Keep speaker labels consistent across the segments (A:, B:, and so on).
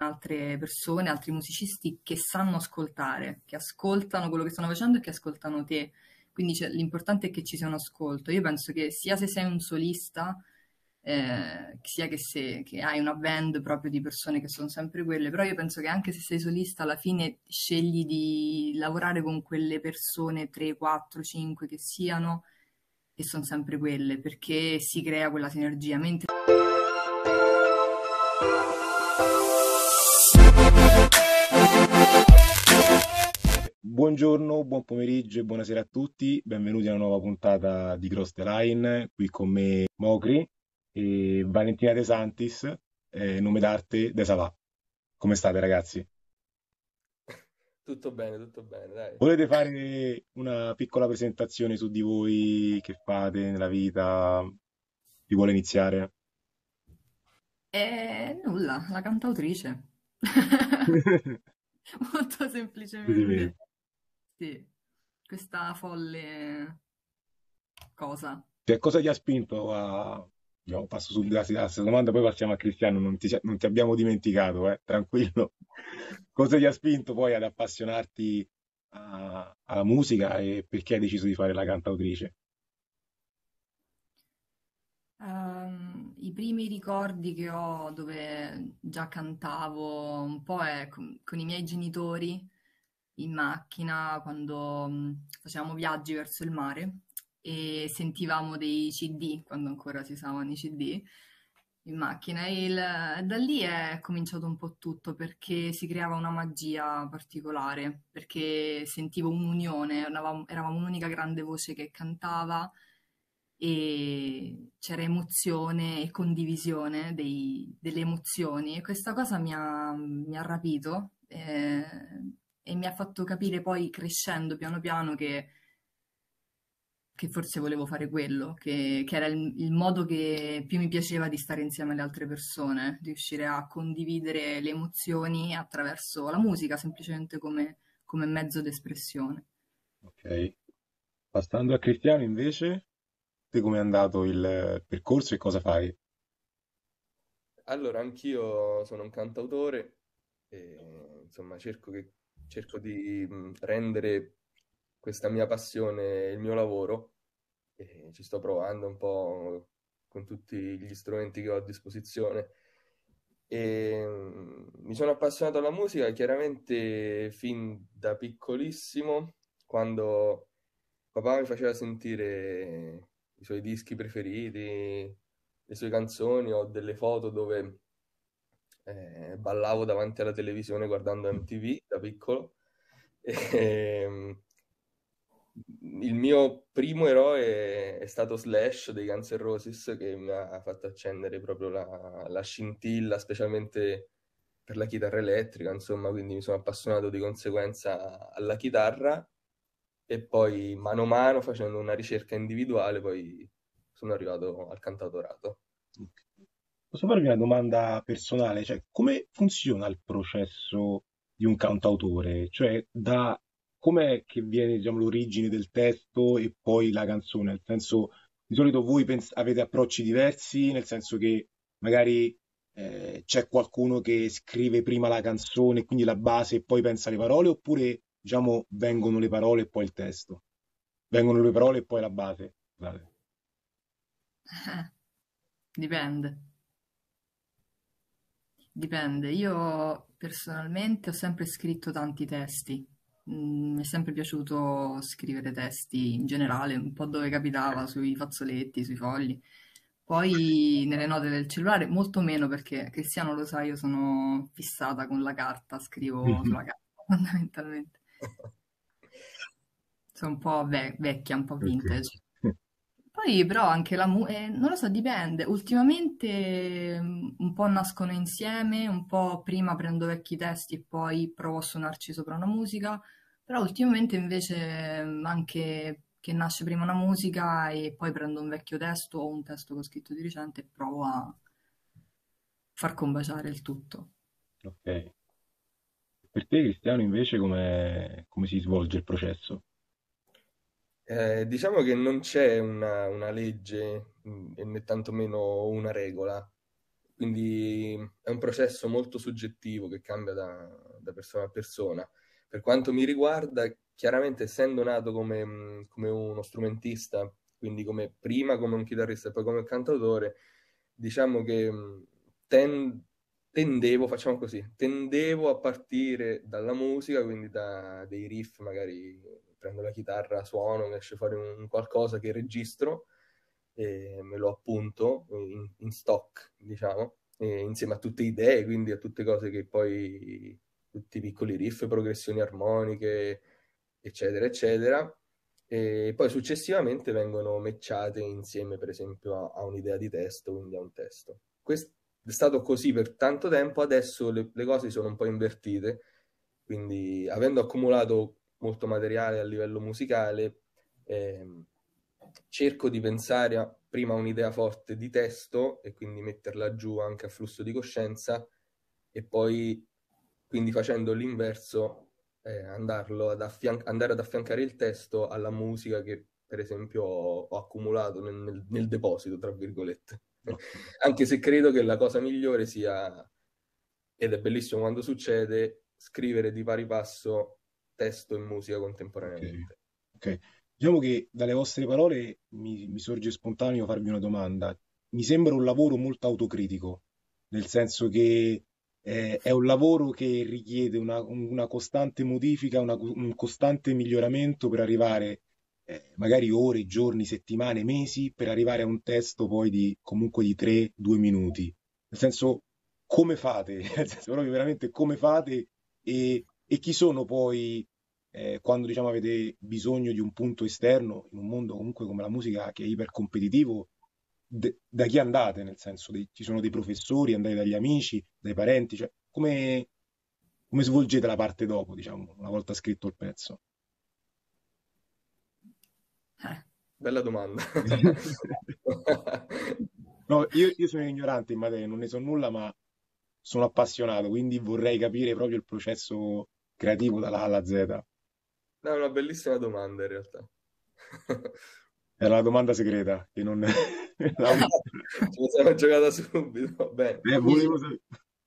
A: altre persone, altri musicisti che sanno ascoltare, che ascoltano quello che stanno facendo e che ascoltano te. Quindi l'importante è che ci sia un ascolto. Io penso che sia se sei un solista, sia che hai una band proprio di persone che sono sempre quelle, però io penso che anche se sei solista, alla fine scegli di lavorare con quelle persone, 3, 4, 5 che siano, e sono sempre quelle, perché si crea quella sinergia. Mentre
B: Buongiorno, buon pomeriggio e buonasera a tutti, benvenuti a una nuova puntata di Cross the Line, qui con me Mocri e Valentina De Santis, nome d'arte De Savà. Come state ragazzi?
C: Tutto bene, dai.
B: Volete fare una piccola presentazione su di voi, che fate nella vita? Chi vuole iniziare?
A: è nulla, la cantautrice. Molto
B: Così vedi.
A: semplicemente. Sì, questa folle cosa.
B: Cioè, cosa ti ha spinto a... passo subito alla questa domanda, poi passiamo a Cristiano, non ti abbiamo dimenticato, tranquillo. Cosa ti ha spinto poi ad appassionarti alla musica e perché hai deciso di fare la cantautrice?
A: I primi ricordi che ho dove già cantavo un po' è con i miei genitori in macchina quando facevamo viaggi verso il mare e sentivamo dei CD, quando ancora si usavano i CD, in macchina. Da lì è cominciato un po' tutto perché si creava una magia particolare, perché sentivo un'unione, eravamo un'unica grande voce che cantava e c'era emozione e condivisione delle emozioni e questa cosa mi ha rapito e mi ha fatto capire poi crescendo piano piano che forse volevo fare quello, che era il modo che più mi piaceva di stare insieme alle altre persone, di riuscire a condividere le emozioni attraverso la musica, semplicemente come mezzo d'espressione.
B: Ok. Passando a Cristiano invece, te come è andato il percorso e cosa fai?
C: Allora, anch'io sono un cantautore e insomma cerco di rendere questa mia passione il mio lavoro e ci sto provando un po' con tutti gli strumenti che ho a disposizione. E mi sono appassionato alla musica chiaramente fin da piccolissimo, quando papà mi faceva sentire i suoi dischi preferiti, le sue canzoni, ho delle foto dove ballavo davanti alla televisione guardando MTV da piccolo. E, il mio primo eroe è stato Slash dei Guns N' Roses che mi ha fatto accendere proprio la scintilla, specialmente per la chitarra elettrica, insomma, quindi mi sono appassionato di conseguenza alla chitarra e poi mano a mano facendo una ricerca individuale poi sono arrivato al cantautorato.
B: Posso farvi una domanda personale? Cioè, come funziona il processo di un cantautore? Cioè, da com'è che viene, diciamo, l'origine del testo e poi la canzone? Nel senso, di solito voi avete approcci diversi, nel senso che magari c'è qualcuno che scrive prima la canzone, e quindi la base, e poi pensa alle parole, oppure, diciamo, vengono le parole e poi il testo? Vengono le parole e poi la base? Scusate.
A: Dipende. Dipende, io personalmente ho sempre scritto tanti testi. Mi è sempre piaciuto scrivere testi in generale, un po' dove capitava, sui fazzoletti, sui fogli. Poi nelle note del cellulare, molto meno perché Cristiano lo sa, io sono fissata con la carta, scrivo sulla carta fondamentalmente. Sono un po' vecchia, un po'
B: Ok.
A: vintage. Poi però anche non lo so, dipende. Ultimamente un po' nascono insieme, un po' prima prendo vecchi testi e poi provo a suonarci sopra una musica, però ultimamente invece anche che nasce prima una musica e poi prendo un vecchio testo o un testo che ho scritto di recente e provo a far combaciare il tutto.
B: Ok. Per te, Cristiano, invece, come si svolge il processo?
C: Diciamo che non c'è una legge e né tantomeno una regola. quindi è un processo molto soggettivo che cambia da persona a persona. Per quanto mi riguarda, chiaramente essendo nato come uno strumentista, quindi prima come un chitarrista e poi come cantautore, diciamo che facciamo così, tendevo a partire dalla musica, quindi da dei riff, magari prendo la chitarra, suono, mi esce fuori un qualcosa che registro e me lo appunto in stock, diciamo, e insieme a tutte idee, quindi a tutte cose che poi, tutti i piccoli riff, progressioni armoniche, eccetera, eccetera. E poi successivamente vengono matchate insieme, per esempio, a un'idea di testo, quindi a un testo. Questo è stato così per tanto tempo, adesso le cose sono un po' invertite, quindi avendo accumulato molto materiale a livello musicale, ehm, cerco di pensare prima a un'idea forte di testo e quindi metterla giù anche a flusso di coscienza e poi, quindi facendo l'inverso, andare ad affiancare il testo alla musica che per esempio ho accumulato nel deposito, tra virgolette. Anche se credo che la cosa migliore sia, ed è bellissimo quando succede, scrivere di pari passo testo e musica
B: Ok,
C: contemporaneamente.
B: ok. Diciamo che dalle vostre parole mi sorge spontaneo farvi una domanda. Mi sembra un lavoro molto autocritico, nel senso che è un lavoro che richiede una costante modifica, un costante miglioramento per arrivare, magari ore, giorni, settimane, mesi, per arrivare a un testo poi di comunque di 3-2 minuti. Nel senso, come fate? Nel senso, proprio veramente come fate e chi sono poi quando diciamo avete bisogno di un punto esterno in un mondo comunque come la musica che è ipercompetitivo, da chi andate? Nel senso, ci sono dei professori, andate dagli amici, dai parenti, cioè come svolgete la parte dopo, diciamo, una volta scritto il pezzo?
A: Eh,
C: Bella domanda.
B: No, io sono ignorante in materia, non ne so nulla, ma sono appassionato, quindi vorrei capire proprio il processo creativo dalla A alla Z.
C: No, è una bellissima domanda in realtà.
B: Era la domanda segreta, che non... la-
C: Ce la siamo giocata subito. Bene.
B: volevo sapere.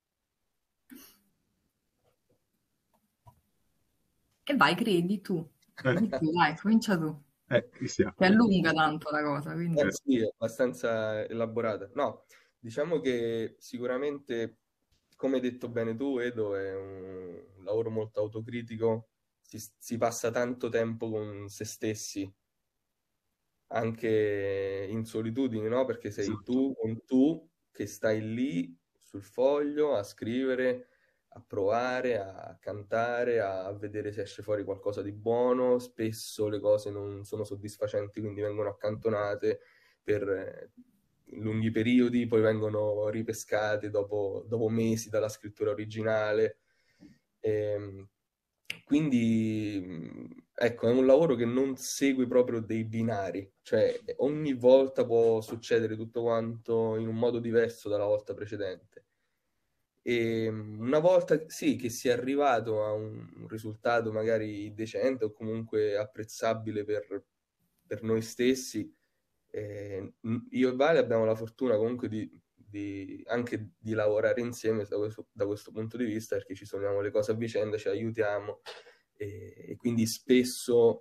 A: E vai, credi tu. Di tu, dai, comincia tu.
B: Cristian.
A: Che è lunga tanto la cosa, quindi...
C: Sì, è abbastanza elaborata. No, diciamo che sicuramente, come hai detto bene tu, Edo, è un lavoro molto autocritico. Si passa tanto tempo con se stessi, anche in solitudine, no? Perché sei
B: Esatto.
C: tu con tu che stai lì sul foglio a scrivere, a provare, a cantare, a vedere se esce fuori qualcosa di buono. Spesso le cose non sono soddisfacenti, quindi vengono accantonate per lunghi periodi, poi vengono ripescate dopo mesi dalla scrittura originale. Ehm, quindi, ecco, è un lavoro che non segue proprio dei binari, cioè ogni volta può succedere tutto quanto in un modo diverso dalla volta precedente. E una volta sì che si è arrivato a un risultato magari decente o comunque apprezzabile per noi stessi, io e Vale abbiamo la fortuna comunque anche di lavorare insieme da questo punto di vista, perché ci suoniamo le cose a vicenda, ci aiutiamo e quindi spesso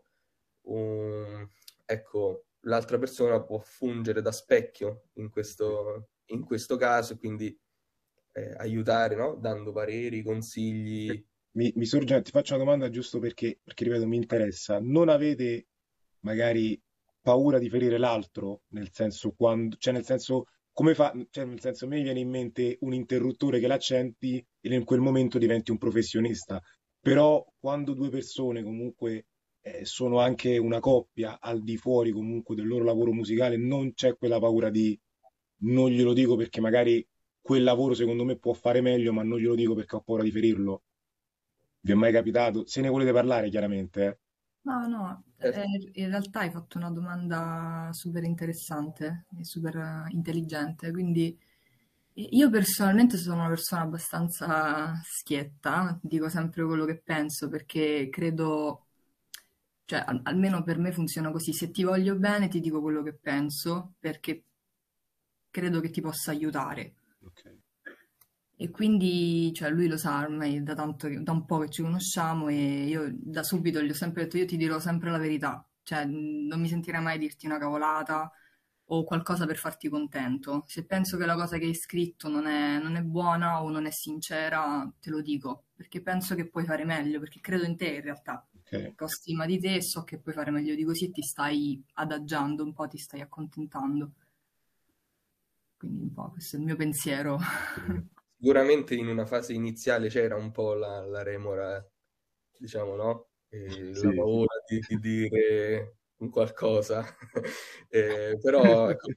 C: ecco, l'altra persona può fungere da specchio in questo caso e quindi aiutare, no? Dando pareri, consigli.
B: Mi sorge, ti faccio una domanda giusto perché, ripeto, mi interessa. Non avete magari paura di ferire l'altro? Nel senso, quando, cioè nel senso, come fa, cioè nel senso, a me viene in mente un interruttore che l'accenti e in quel momento diventi un professionista. Però quando due persone comunque sono anche una coppia al di fuori comunque del loro lavoro musicale, non c'è quella paura di non glielo dico perché magari quel lavoro secondo me può fare meglio, ma non glielo dico perché ho paura di ferirlo. Vi è mai capitato? Se ne volete parlare, chiaramente, eh?
A: No, no,
C: Certo.
A: in realtà hai fatto una domanda super interessante e super intelligente, quindi io personalmente sono una persona abbastanza schietta, dico sempre quello che penso perché credo, cioè almeno per me funziona così, se ti voglio bene ti dico quello che penso perché credo che ti possa aiutare.
B: Ok.
A: E quindi, cioè, lui lo sa ormai da tanto, da un po' che ci conosciamo e io da subito gli ho sempre detto, io ti dirò sempre la verità, cioè non mi sentirei mai dirti una cavolata o qualcosa per farti contento. Se penso che la cosa che hai scritto non è buona o non è sincera, te lo dico, perché penso che puoi fare meglio, perché credo in te in realtà,
B: Ok.
A: che ho stima di te e so che puoi fare meglio di così e ti stai adagiando un po', ti stai accontentando. Quindi un po' questo è il mio pensiero.
C: Sicuramente in una fase iniziale c'era un po' la remora, diciamo, no? E la
B: Sì, sì.
C: paura di dire un qualcosa. Però, ecco,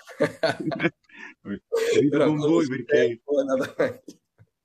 B: Rido
C: però
B: con
C: con il
B: voi perché
C: tempo è andata meglio.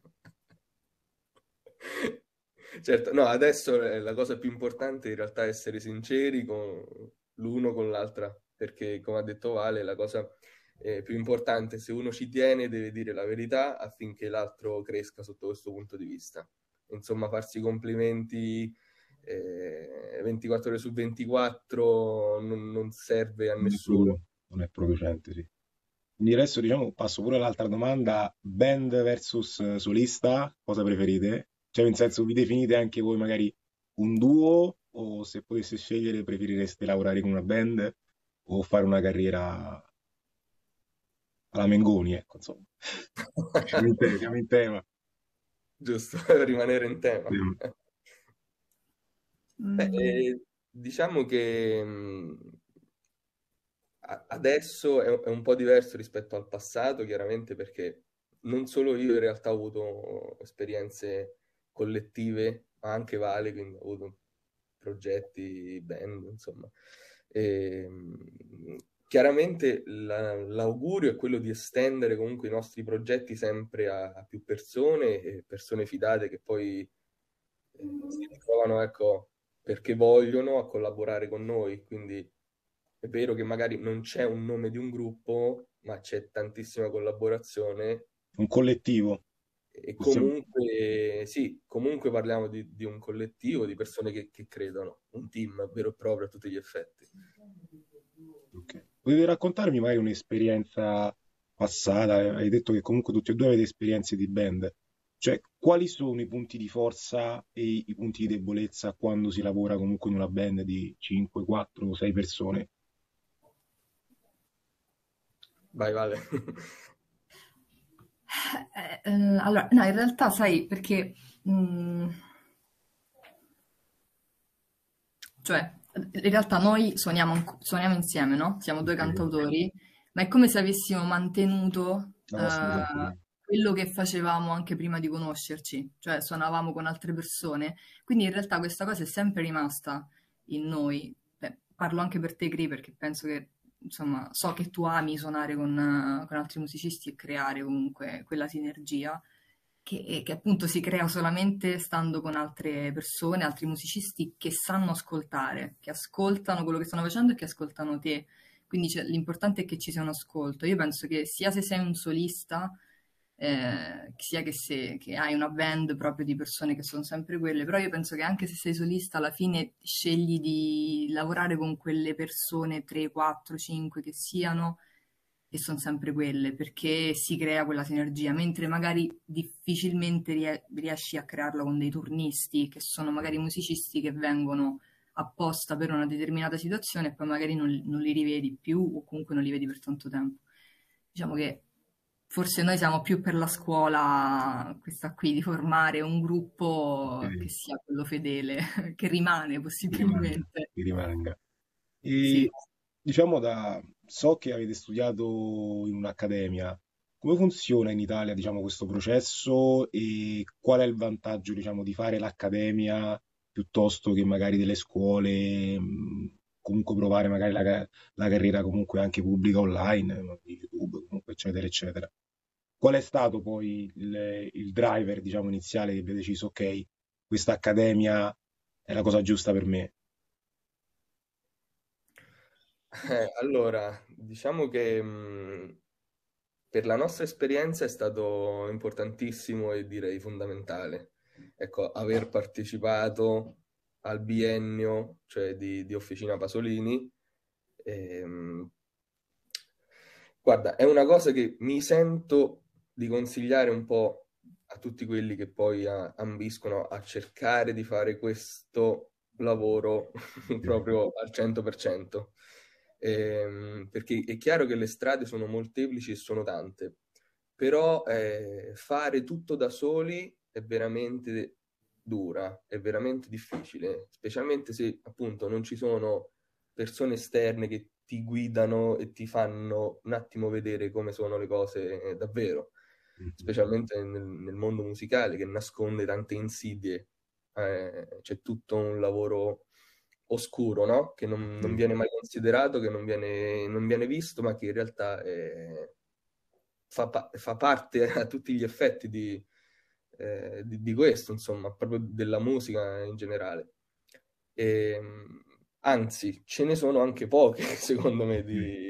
C: Certo, no, adesso la cosa più importante in realtà è essere sinceri con l'uno con l'altra, perché come ha detto Vale, la cosa più importante, se uno ci tiene, deve dire la verità affinché l'altro cresca sotto questo punto di vista. Insomma, farsi complimenti 24 ore su 24 non serve a nessuno.
B: non è producente, sì. Quindi adesso diciamo passo pure all'altra domanda, band versus solista, cosa preferite? Cioè in senso vi definite anche voi magari un duo o se poteste scegliere preferireste lavorare con una band o fare una carriera alla Mengoni, ecco, insomma. Siamo in tema.
C: Giusto, per rimanere in tema.
B: Sì.
C: Beh,
A: Mm.
C: diciamo che adesso è un po' diverso rispetto al passato, chiaramente perché non solo io in realtà ho avuto esperienze collettive, ma anche Vale, quindi ho avuto progetti, band, insomma. E, chiaramente l'augurio è quello di estendere comunque i nostri progetti sempre a più persone e persone fidate che poi si ritrovano, ecco, perché vogliono a collaborare con noi. Quindi è vero che magari non c'è un nome di un gruppo, ma c'è tantissima collaborazione
B: Un collettivo.
C: e
B: Possiamo...
C: comunque, sì, comunque parliamo di un collettivo, di persone che credono, un team vero e proprio a tutti gli effetti.
B: Ok. Potete raccontarmi magari un'esperienza passata? Hai detto che comunque tutti e due avete esperienze di band. Cioè, quali sono i punti di forza e i punti di debolezza quando si lavora comunque in una band di 5, 4, 6 persone?
C: Vai, Vale.
A: Allora, no, in realtà sai perché, mm, cioè, in realtà noi suoniamo insieme, no? Siamo due
B: Ok,
A: cantautori, ma è come se avessimo mantenuto
B: la vostra identità.
A: quello che facevamo anche prima di conoscerci, cioè suonavamo con altre persone, quindi in realtà questa cosa è sempre rimasta in noi. Beh, parlo anche per te, Gri, perché penso che, insomma, so che tu ami suonare con altri musicisti e creare comunque quella sinergia che appunto si crea solamente stando con altre persone, altri musicisti che sanno ascoltare, che ascoltano quello che stanno facendo e che ascoltano te. Quindi l'importante è che ci sia un ascolto. Io penso che sia se sei un solista, sia che hai una band proprio di persone che sono sempre quelle, però io penso che anche se sei solista, alla fine scegli di lavorare con quelle persone 3, 4, 5 che siano e sono sempre quelle, perché si crea quella sinergia, mentre magari difficilmente riesci a crearla con dei turnisti, che sono magari musicisti che vengono apposta per una determinata situazione e poi magari non li rivedi più o comunque non li vedi per tanto tempo. Diciamo che forse noi siamo più per la scuola, questa qui, di formare un gruppo che
B: Ok,
A: sia quello fedele, che rimane
B: che rimanga,
A: possibilmente.
B: che rimanga.
A: Sì.
B: E diciamo so che avete studiato in un'accademia. Come funziona in Italia, diciamo, questo processo e qual è il vantaggio, diciamo, di fare l'accademia piuttosto che magari delle scuole, comunque provare magari la carriera comunque anche pubblica online, di YouTube, comunque, eccetera, eccetera. Qual è stato poi il driver, diciamo, iniziale che vi ha deciso, ok, questa accademia è la cosa giusta per me?
C: Allora, diciamo che per la nostra esperienza è stato importantissimo e direi fondamentale. Ecco, aver partecipato al biennio, cioè di Officina Pasolini. Ehm, guarda, è una cosa che mi sento di consigliare un po' a tutti quelli che poi ambiscono a cercare di fare questo lavoro proprio al 100%. Perché è chiaro che le strade sono molteplici e sono tante, però fare tutto da soli è veramente dura, è veramente difficile, specialmente se appunto non ci sono persone esterne che ti guidano e ti fanno un attimo vedere come sono le cose davvero, specialmente nel mondo musicale che nasconde tante insidie. C'è tutto un lavoro oscuro, no? Che non viene mai considerato, che non viene visto, ma che in realtà fa parte a tutti gli effetti di questo, insomma, proprio della musica in generale. E, anzi, ce ne sono anche poche, secondo me,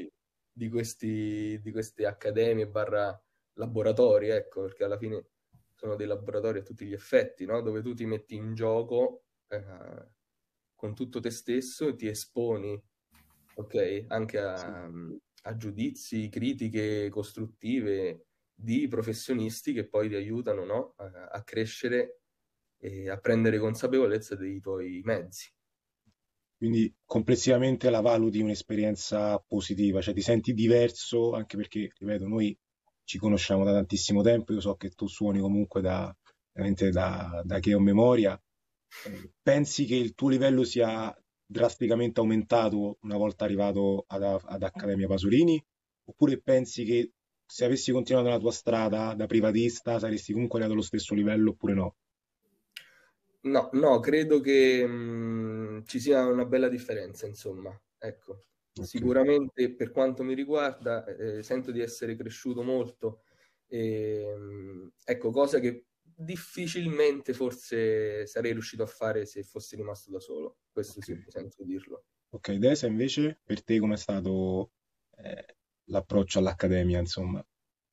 C: di queste accademie barra laboratori, ecco, perché alla fine sono dei laboratori a tutti gli effetti, no? Dove tu ti metti in gioco con tutto te stesso e ti esponi, ok? Anche a giudizi, critiche costruttive di professionisti che poi ti aiutano, no? A crescere e a prendere consapevolezza dei tuoi mezzi.
B: Quindi complessivamente la valuti un'esperienza positiva, cioè ti senti diverso, anche perché, ripeto, noi ci conosciamo da tantissimo tempo, io so che tu suoni comunque veramente da che ho memoria. Pensi che il tuo livello sia drasticamente aumentato una volta arrivato ad Accademia Pasolini? Oppure pensi che se avessi continuato la tua strada da privatista saresti comunque arrivato allo stesso livello oppure no?
C: No, no, credo che ci sia una bella differenza, insomma. Ecco,
B: Ok.
C: sicuramente per quanto mi riguarda, sento di essere cresciuto molto. Ecco, cosa che difficilmente forse sarei riuscito a fare se fossi rimasto da solo. Questo
B: Ok.
C: sì, mi sento di dirlo.
B: Ok, Desa invece per te com'è stato eh, l'approccio all'accademia, insomma?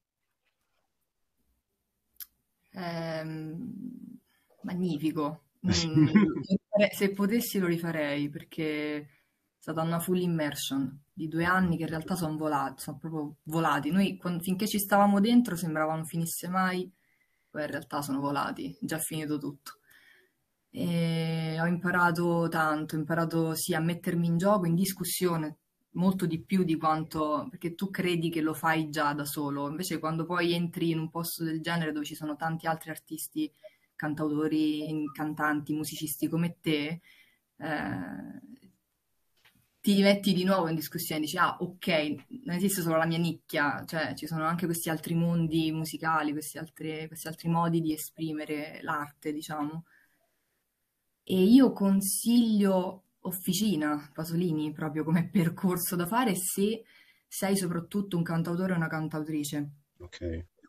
A: Magnifico. Se potessi lo rifarei perché è stata una full immersion di 2 anni che in realtà sono volati, sono proprio volati. Noi finché ci stavamo dentro sembrava non finisse mai, poi in realtà sono volati, già finito tutto. E ho imparato tanto, ho imparato sì a mettermi in gioco, in discussione, molto di più di quanto, perché tu credi che lo fai già da solo, invece quando poi entri in un posto del genere dove ci sono tanti altri artisti, cantautori, cantanti, musicisti come te, eh, ti metti di nuovo in discussione, dici, ah, ok, non esiste solo la mia nicchia, cioè ci sono anche questi altri mondi musicali, questi altri modi di esprimere l'arte, diciamo. E io consiglio Officina Pasolini proprio come percorso da fare se sei soprattutto un cantautore o una cantautrice,
B: Ok,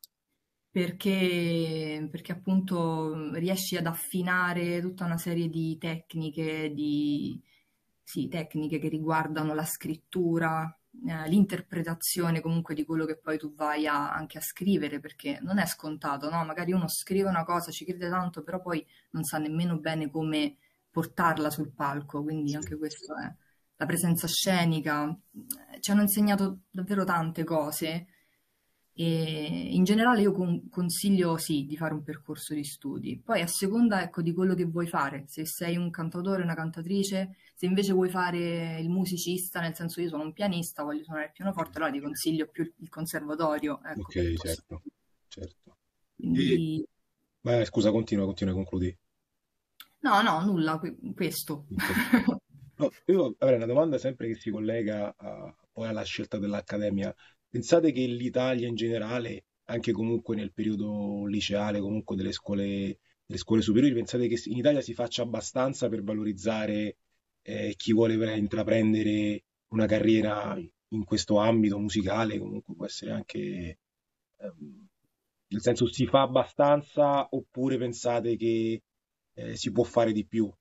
A: perché appunto riesci ad affinare tutta una serie di tecniche, sì, tecniche che riguardano la scrittura, l'interpretazione comunque di quello che poi tu vai anche a scrivere, perché non è scontato, no? Magari uno scrive una cosa, ci crede tanto, però poi non sa nemmeno bene come portarla sul palco, quindi
B: sì.
A: anche questo è la presenza scenica. Ci hanno insegnato davvero tante cose e in generale io consiglio sì di fare un percorso di studi. Poi a seconda ecco, di quello che vuoi fare, se sei un cantautore, una cantatrice, se invece vuoi fare il musicista, nel senso io sono un pianista, voglio suonare il pianoforte, allora ti consiglio più il conservatorio, ecco,
B: Ok,
A: piuttosto.
B: certo, certo. E,
A: Quindi
B: scusa, continua, concludi.
A: no, no, nulla, questo.
B: Ok. No, io avrei una domanda sempre che si collega poi alla scelta dell'accademia. Pensate che l'Italia in generale, anche comunque nel periodo liceale, comunque delle scuole superiori, pensate che in Italia si faccia abbastanza per valorizzare chi vuole intraprendere una carriera in questo ambito musicale, comunque può essere anche, nel senso si fa abbastanza oppure pensate che si può fare di più?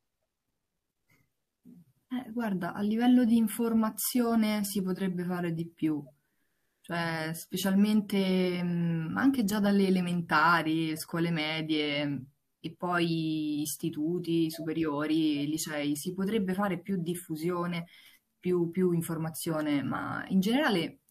A: Guarda, a livello di informazione si potrebbe fare di più, cioè specialmente anche già dalle elementari, scuole medie e poi istituti superiori, licei, si potrebbe fare più diffusione, più informazione, ma in generale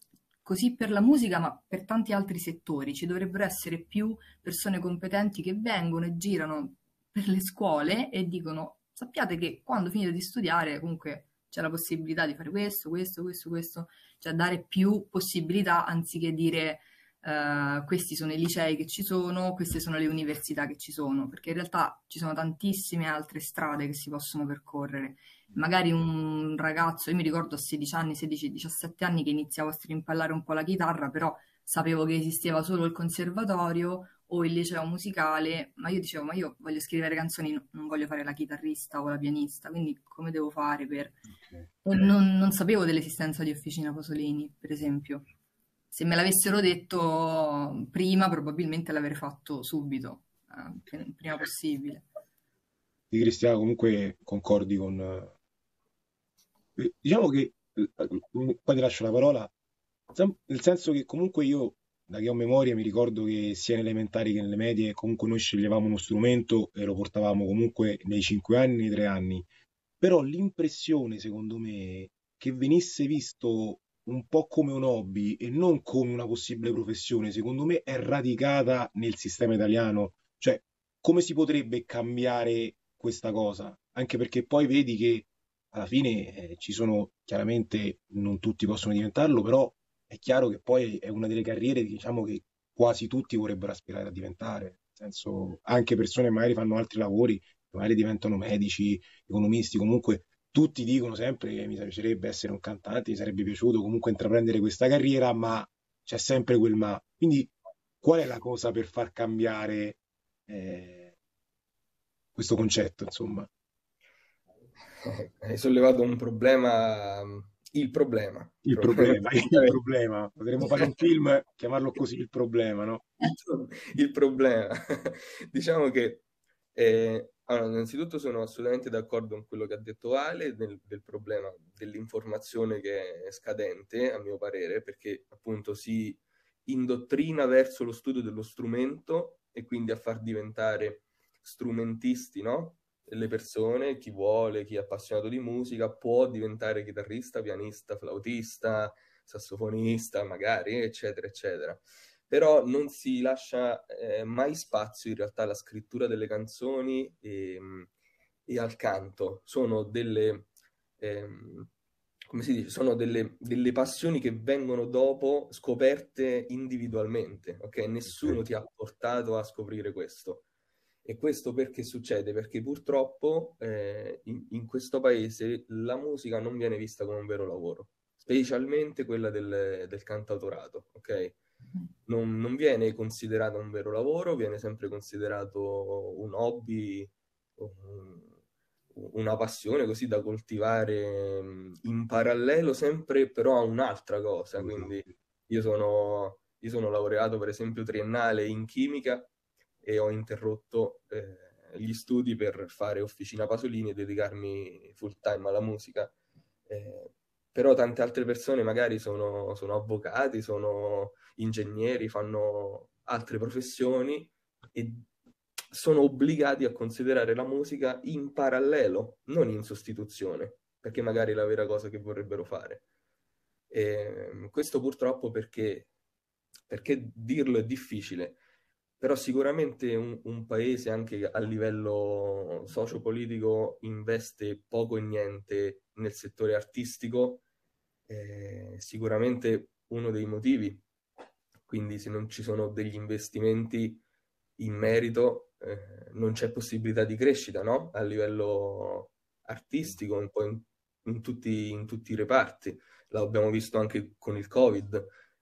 A: così per la musica, ma per tanti altri settori. Ci dovrebbero essere più persone competenti che vengono e girano per le scuole e dicono: sappiate che quando finite di studiare, comunque c'è la possibilità di fare questo, questo, questo, questo, cioè dare più possibilità anziché dire questi sono i licei che ci sono, queste sono le università che ci sono, perché in realtà ci sono tantissime altre strade che si possono percorrere. Magari un ragazzo, io mi ricordo a 16 anni, 16-17 anni che iniziavo a strimpellare un po' la chitarra, però sapevo che esisteva solo il conservatorio o il liceo musicale, ma io dicevo, ma io voglio scrivere canzoni, non voglio fare la chitarrista o la pianista, quindi come devo fare per...
B: Ok.
A: Non sapevo dell'esistenza di Officina Pasolini, per esempio. Se me l'avessero detto prima, probabilmente l'avrei fatto subito, prima possibile.
B: Di Cristiano comunque concordi con... diciamo che, poi ti lascio la parola, nel senso che comunque io, da che ho memoria, mi ricordo che sia nelle elementari che nelle medie, comunque noi sceglievamo uno strumento e lo portavamo comunque nei 5 anni, nei 3 anni. Però l'impressione, secondo me, che venisse visto un po' come un hobby e non come una possibile professione, secondo me è radicata nel sistema italiano. Cioè, come si potrebbe cambiare questa cosa? Anche perché poi vedi che alla fine ci sono, chiaramente non tutti possono diventarlo, però è chiaro che poi è una delle carriere, diciamo, che quasi tutti vorrebbero aspirare a diventare. Nel senso, anche persone che magari fanno altri lavori, magari diventano medici, economisti, comunque tutti dicono sempre che mi piacerebbe essere un cantante, mi sarebbe piaciuto comunque intraprendere questa carriera, ma c'è sempre quel ma. Quindi qual è la cosa per far cambiare questo concetto, insomma?
C: Hai sollevato un problema, il problema,
B: Il problema, il problema. Potremmo fare un film, chiamarlo così, il problema, no?
C: il problema. Diciamo che, allora, innanzitutto sono assolutamente d'accordo con quello che ha detto Ale del problema dell'informazione che è scadente, a mio parere, perché appunto si indottrina verso lo studio dello strumento e quindi a far diventare strumentisti, no? Le persone, chi vuole, chi è appassionato di musica, può diventare chitarrista, pianista, flautista, sassofonista, magari, eccetera, eccetera. Però non si lascia mai spazio in realtà alla scrittura delle canzoni e al canto. Sono come si dice, sono delle passioni che vengono dopo scoperte individualmente, ok? Nessuno ti ha portato a scoprire questo. E questo perché succede? Perché purtroppo in questo paese la musica non viene vista come un vero lavoro, specialmente quella del cantautorato, ok? Non viene considerato un vero lavoro, viene sempre considerato un hobby, un- una passione così da coltivare in parallelo sempre però a un'altra cosa. Quindi io sono laureato per esempio triennale in chimica e ho interrotto gli studi per fare Officina Pasolini e dedicarmi full time alla musica. Eh, Però tante altre persone magari sono avvocati, sono ingegneri, fanno altre professioni e sono obbligati a considerare la musica in parallelo, non in sostituzione, perché magari è la vera cosa che vorrebbero fare. E questo purtroppo perché dirlo è difficile, però sicuramente un paese anche a livello sociopolitico investe poco e niente nel settore artistico, sicuramente uno dei motivi. Quindi se non ci sono degli investimenti in merito, non c'è possibilità di crescita, no? A livello artistico, un po' in tutti i reparti. L'abbiamo visto anche con il Covid.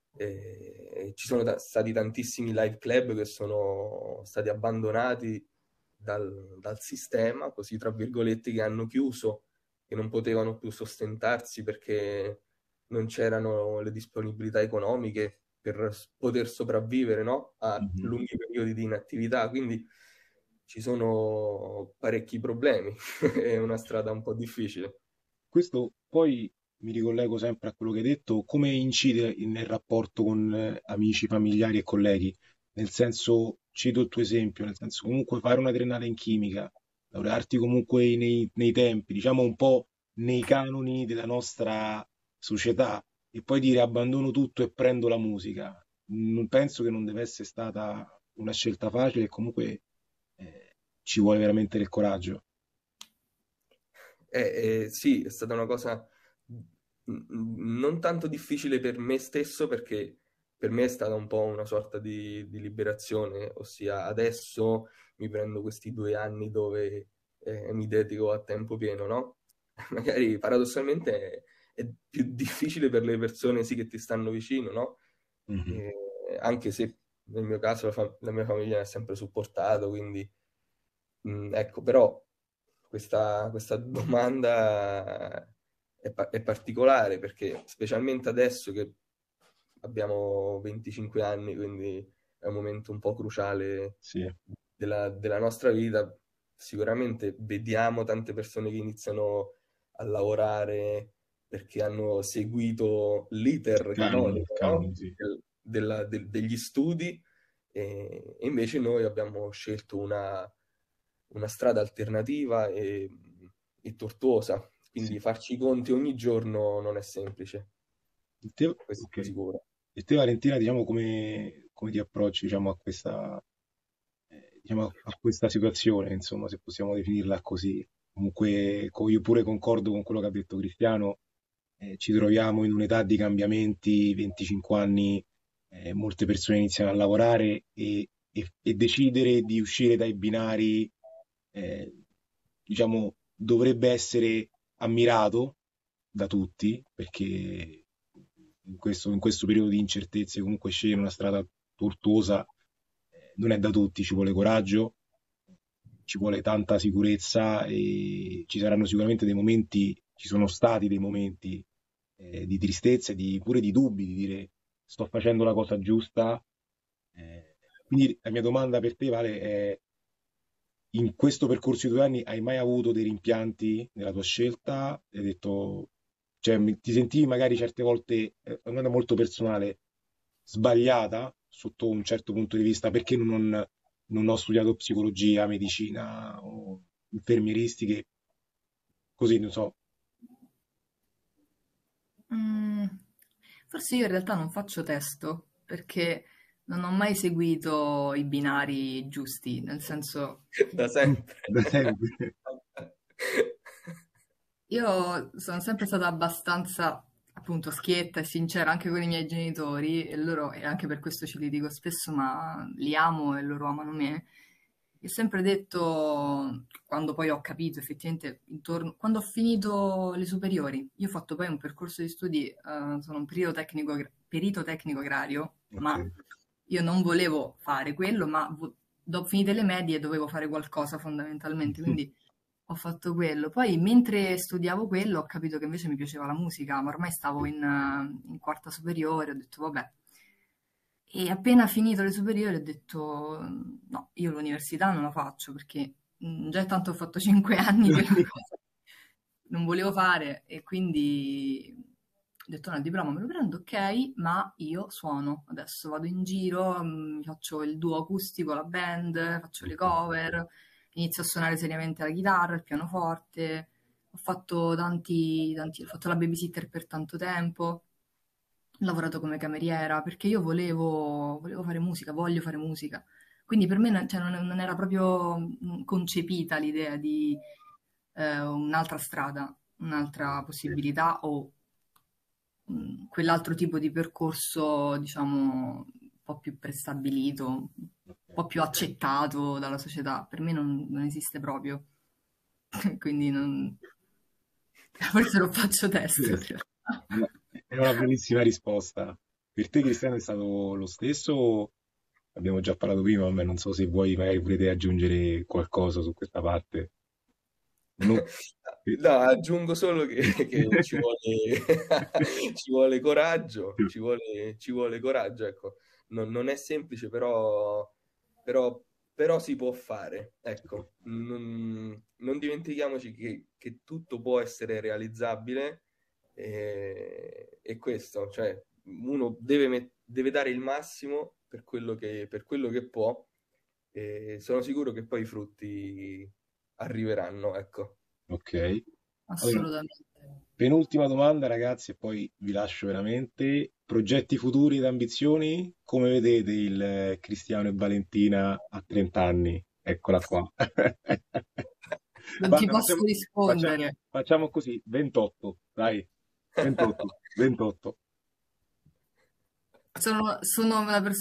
C: Ci sono stati tantissimi live club che sono stati abbandonati dal sistema, così tra virgolette, che hanno chiuso, che non potevano più sostentarsi perché non c'erano le disponibilità economiche per poter sopravvivere, no? A
B: Mhm.
C: lunghi periodi di inattività. Quindi ci sono parecchi problemi, è una strada un po' difficile.
B: Questo poi mi ricollego sempre a quello che hai detto, come incide nel rapporto con amici, familiari e colleghi? Nel senso, cito il tuo esempio, nel senso comunque fare una triennale in chimica, laurearti comunque nei tempi, diciamo un po' nei canoni della nostra società e poi dire abbandono tutto e prendo la musica. Non penso che non deve essere stata una scelta facile e comunque ci vuole veramente del coraggio.
C: Sì, è stata una cosa non tanto difficile per me stesso, perché per me è stata un po' una sorta di liberazione, ossia adesso mi prendo questi 2 anni dove mi dedico a tempo pieno, no? Magari paradossalmente è più difficile per le persone sì che ti stanno vicino, no?
B: Mhm.
C: Anche se nel mio caso la mia famiglia mi ha sempre supportato, quindi ecco, però questa domanda è particolare, perché specialmente adesso che abbiamo 25 anni, quindi è un momento un po' cruciale
B: Sì,
C: della nostra vita, sicuramente vediamo tante persone che iniziano a lavorare perché hanno seguito l'iter
B: il
C: canonico, no?
B: canone, sì.
C: Degli studi, e invece noi abbiamo scelto una strada alternativa e tortuosa,
B: Sì.
C: quindi farci i conti ogni giorno non è semplice,
B: E te,
C: questo
B: ok.
C: è sicuro.
B: E te Valentina, diciamo come ti approcci, diciamo, diciamo, a questa situazione, insomma, se possiamo definirla così. Comunque, io pure concordo con quello che ha detto Cristiano, ci troviamo in un'età di cambiamenti, 25 anni, molte persone iniziano a lavorare e decidere di uscire dai binari, eh, diciamo, dovrebbe essere ammirato da tutti, perché in questo periodo di incertezze comunque scegliere una strada tortuosa non è da tutti, ci vuole coraggio, ci vuole tanta sicurezza e ci saranno sicuramente dei momenti, ci sono stati dei momenti di tristezza e pure di dubbi, di dire sto facendo la cosa giusta. Quindi la mia domanda per te, Vale, è in questo percorso di 2 anni hai mai avuto dei rimpianti nella tua scelta? Hai detto, cioè, ti sentivi magari certe volte, è una cosa molto personale, sbagliata sotto un certo punto di vista perché non ho studiato psicologia, medicina o infermieristiche, così, non so.
A: Mm, forse io in realtà non faccio testo perché non ho mai seguito i binari giusti, nel senso
C: Da sempre.
B: Da sempre.
A: io sono sempre stata abbastanza appunto schietta e sincera anche con i miei genitori e loro, e anche per questo ce li dico spesso, ma li amo e loro amano me. E ho sempre detto, quando poi ho capito effettivamente, quando ho finito le superiori, io ho fatto poi un percorso di studi, sono un perito tecnico agrario,
B: Ok.
A: ma io non volevo fare quello, ma dopo finite le medie dovevo fare qualcosa fondamentalmente, quindi ho fatto quello. Poi mentre studiavo quello ho capito che invece mi piaceva la musica, ma ormai stavo in quarta superiore, ho detto vabbè. E appena finito le superiori ho detto no, io l'università non la faccio perché già tanto ho fatto 5 anni di una cosa che non volevo fare e quindi ho detto no, il diploma me lo prendo, ok, ma io suono. Adesso vado in giro, faccio il duo acustico, la band, faccio le cover, inizio a suonare seriamente la chitarra, il pianoforte. Ho fatto ho fatto la babysitter per tanto tempo. Ho lavorato come cameriera perché io volevo fare musica, voglio fare musica. Quindi per me cioè, non era proprio concepita l'idea di un'altra strada, un'altra possibilità o quell'altro tipo di percorso, diciamo, un po' più prestabilito, un po' più accettato dalla società. Per me non esiste proprio. Quindi forse lo faccio testo in realtà.
B: No, è una bellissima risposta. Per te, Cristiano, è stato lo stesso? O abbiamo già parlato prima, ma non so se vuoi magari pure te aggiungere qualcosa su questa parte. Non-
C: No, aggiungo solo che ci vuole, ci vuole coraggio, ci vuole coraggio, ecco. Non è semplice, però, però si può fare, ecco. Non dimentichiamoci che tutto può essere realizzabile, e questo, cioè, uno deve dare il massimo per quello che può, e sono sicuro che poi i frutti arriveranno, ecco.
B: Ok. Allora,
A: Assolutamente.
B: Penultima domanda, ragazzi, e poi vi lascio veramente. Progetti futuri ed ambizioni? Come vedete il Cristiano e Valentina a 30 anni? Eccola qua.
A: Non ti
B: Guarda,
A: posso rispondere.
B: facciamo così, 28, dai, 28, 28.
A: Sono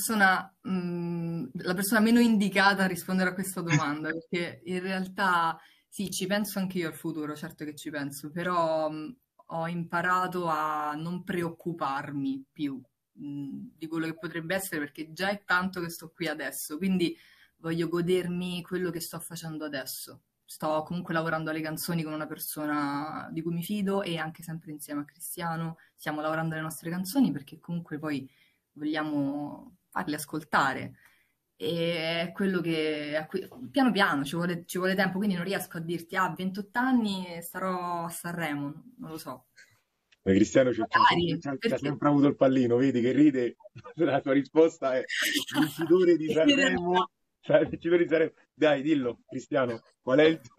A: la persona meno indicata a rispondere a questa domanda, perché in realtà sì, ci penso anche io al futuro, certo che ci penso, però ho imparato a non preoccuparmi più di quello che potrebbe essere, perché già è tanto che sto qui adesso, quindi voglio godermi quello che sto facendo adesso. Sto comunque lavorando alle canzoni con una persona di cui mi fido e anche sempre insieme a Cristiano stiamo lavorando alle nostre canzoni perché comunque poi vogliamo farli ascoltare. E è quello che piano piano ci vuole tempo, quindi non riesco a dirti, ah, a 28 anni starò a Sanremo, non lo so.
B: Cristiano
A: Magari,
B: c'ha
A: perché...
B: sempre avuto il pallino, vedi che ride, la tua risposta è vincitore di
A: In realtà,
B: Sanremo, cioè, vincitore di Sanremo. Dai, dillo, Cristiano, qual è il tuo...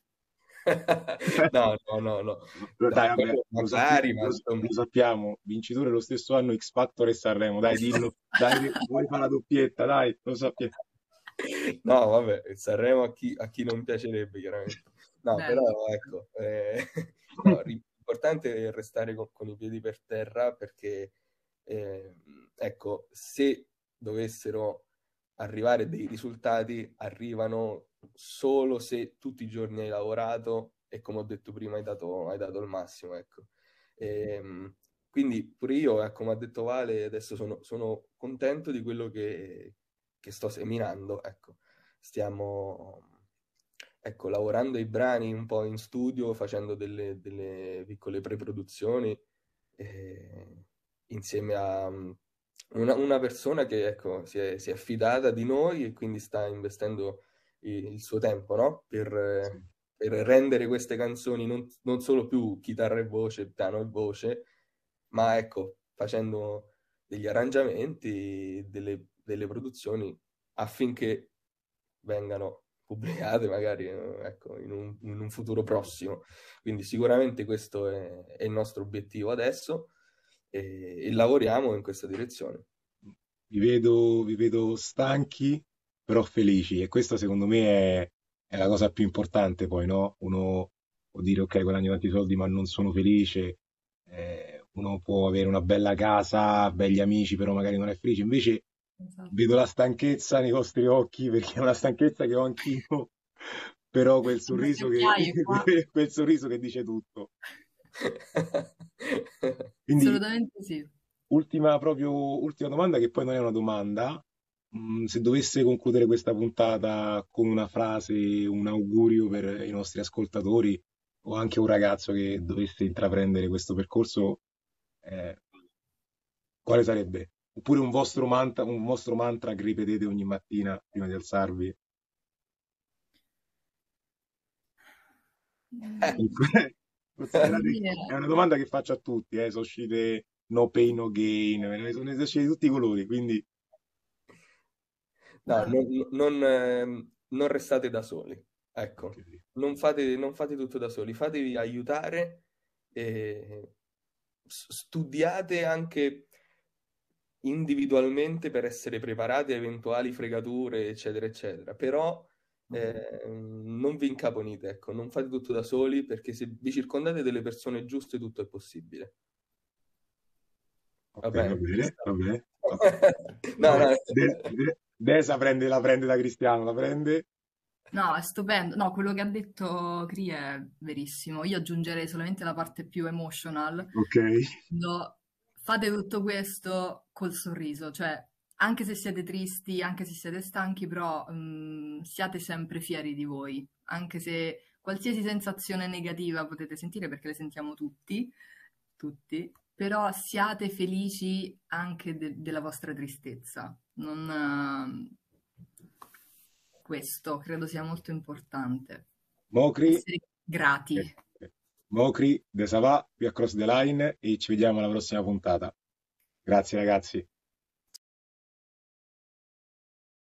C: No, no, no, no.
B: Dai,
C: No,
B: vabbè,
C: quello magari, ma insomma.
B: lo sappiamo, vincitore lo stesso anno X Factor e Sanremo, dai, dillo, dai, che vuoi fare la doppietta, dai, lo sappiamo.
C: No, vabbè, Sanremo a chi non piacerebbe, chiaramente. No, però
A: bello.
C: ecco, no, l'importante è restare con i piedi per terra perché, eh, ecco, se dovessero arrivare dei risultati, arrivano solo se tutti i giorni hai lavorato e, come ho detto prima, hai dato il massimo, ecco. Quindi pure io, come ha detto Vale, adesso sono contento di quello che sto seminando, ecco. Stiamo, ecco, lavorando ai brani un po' in studio, facendo delle piccole pre-produzioni insieme a una persona che, ecco, si è fidata di noi e quindi sta investendo il suo tempo, no? Per rendere queste canzoni non solo più chitarra e voce, piano e voce, ma ecco, facendo degli arrangiamenti, delle produzioni affinché vengano pubblicate magari ecco, in un futuro prossimo. Quindi sicuramente questo è il nostro obiettivo adesso e lavoriamo in questa direzione.
B: Vi vedo stanchi, però felici, e questa secondo me è la cosa più importante poi, no? Uno può dire, ok, guadagno tanti soldi, ma non sono felice, uno può avere una bella casa, begli amici, però magari non è felice. Invece
A: Esatto.
B: vedo la stanchezza nei vostri occhi, perché è una stanchezza che ho anch'io, però
A: Le vecchiaie qua.
B: quel sorriso che dice tutto. Quindi
A: Assolutamente sì.
B: ultima domanda, che poi non è una domanda. Se dovesse concludere questa puntata con una frase, un augurio per i nostri ascoltatori o anche un ragazzo che dovesse intraprendere questo percorso, eh, quale sarebbe? Oppure un vostro mantra che ripetete ogni mattina prima di alzarvi?
A: Mm,
B: Considerate che
A: dire,
B: è una domanda che faccio a tutti, sono uscite no pain, no gain, ne sono uscite di tutti i colori, quindi
C: No,
A: ma
C: non restate da soli,
B: ok.
C: ecco, non fate tutto da soli, fatevi aiutare e studiate anche individualmente per essere preparati a eventuali fregature, eccetera, eccetera. Però non vi incaponite, ecco, non fate tutto da soli perché se vi circondate delle persone giuste tutto è possibile. Va
B: Ok, va
C: bene? Ci
B: bene,
C: sta.
B: va bene.
C: No, no.
B: Desa la prende da Cristiano, la prende.
A: no, è stupendo. No, quello che ha detto Cri è verissimo. Io aggiungerei solamente la parte più emotional.
B: Ok.
A: Fate tutto questo col sorriso, cioè anche se siete tristi, anche se siete stanchi, però siate sempre fieri di voi, anche se qualsiasi sensazione negativa potete sentire, perché le sentiamo tutti, tutti, però siate felici anche della vostra tristezza. Questo credo sia molto importante.
B: Mocri,
A: Essere grati.
B: Mocri, Desa va, qui a Cross the Line e ci vediamo alla prossima puntata. Grazie ragazzi.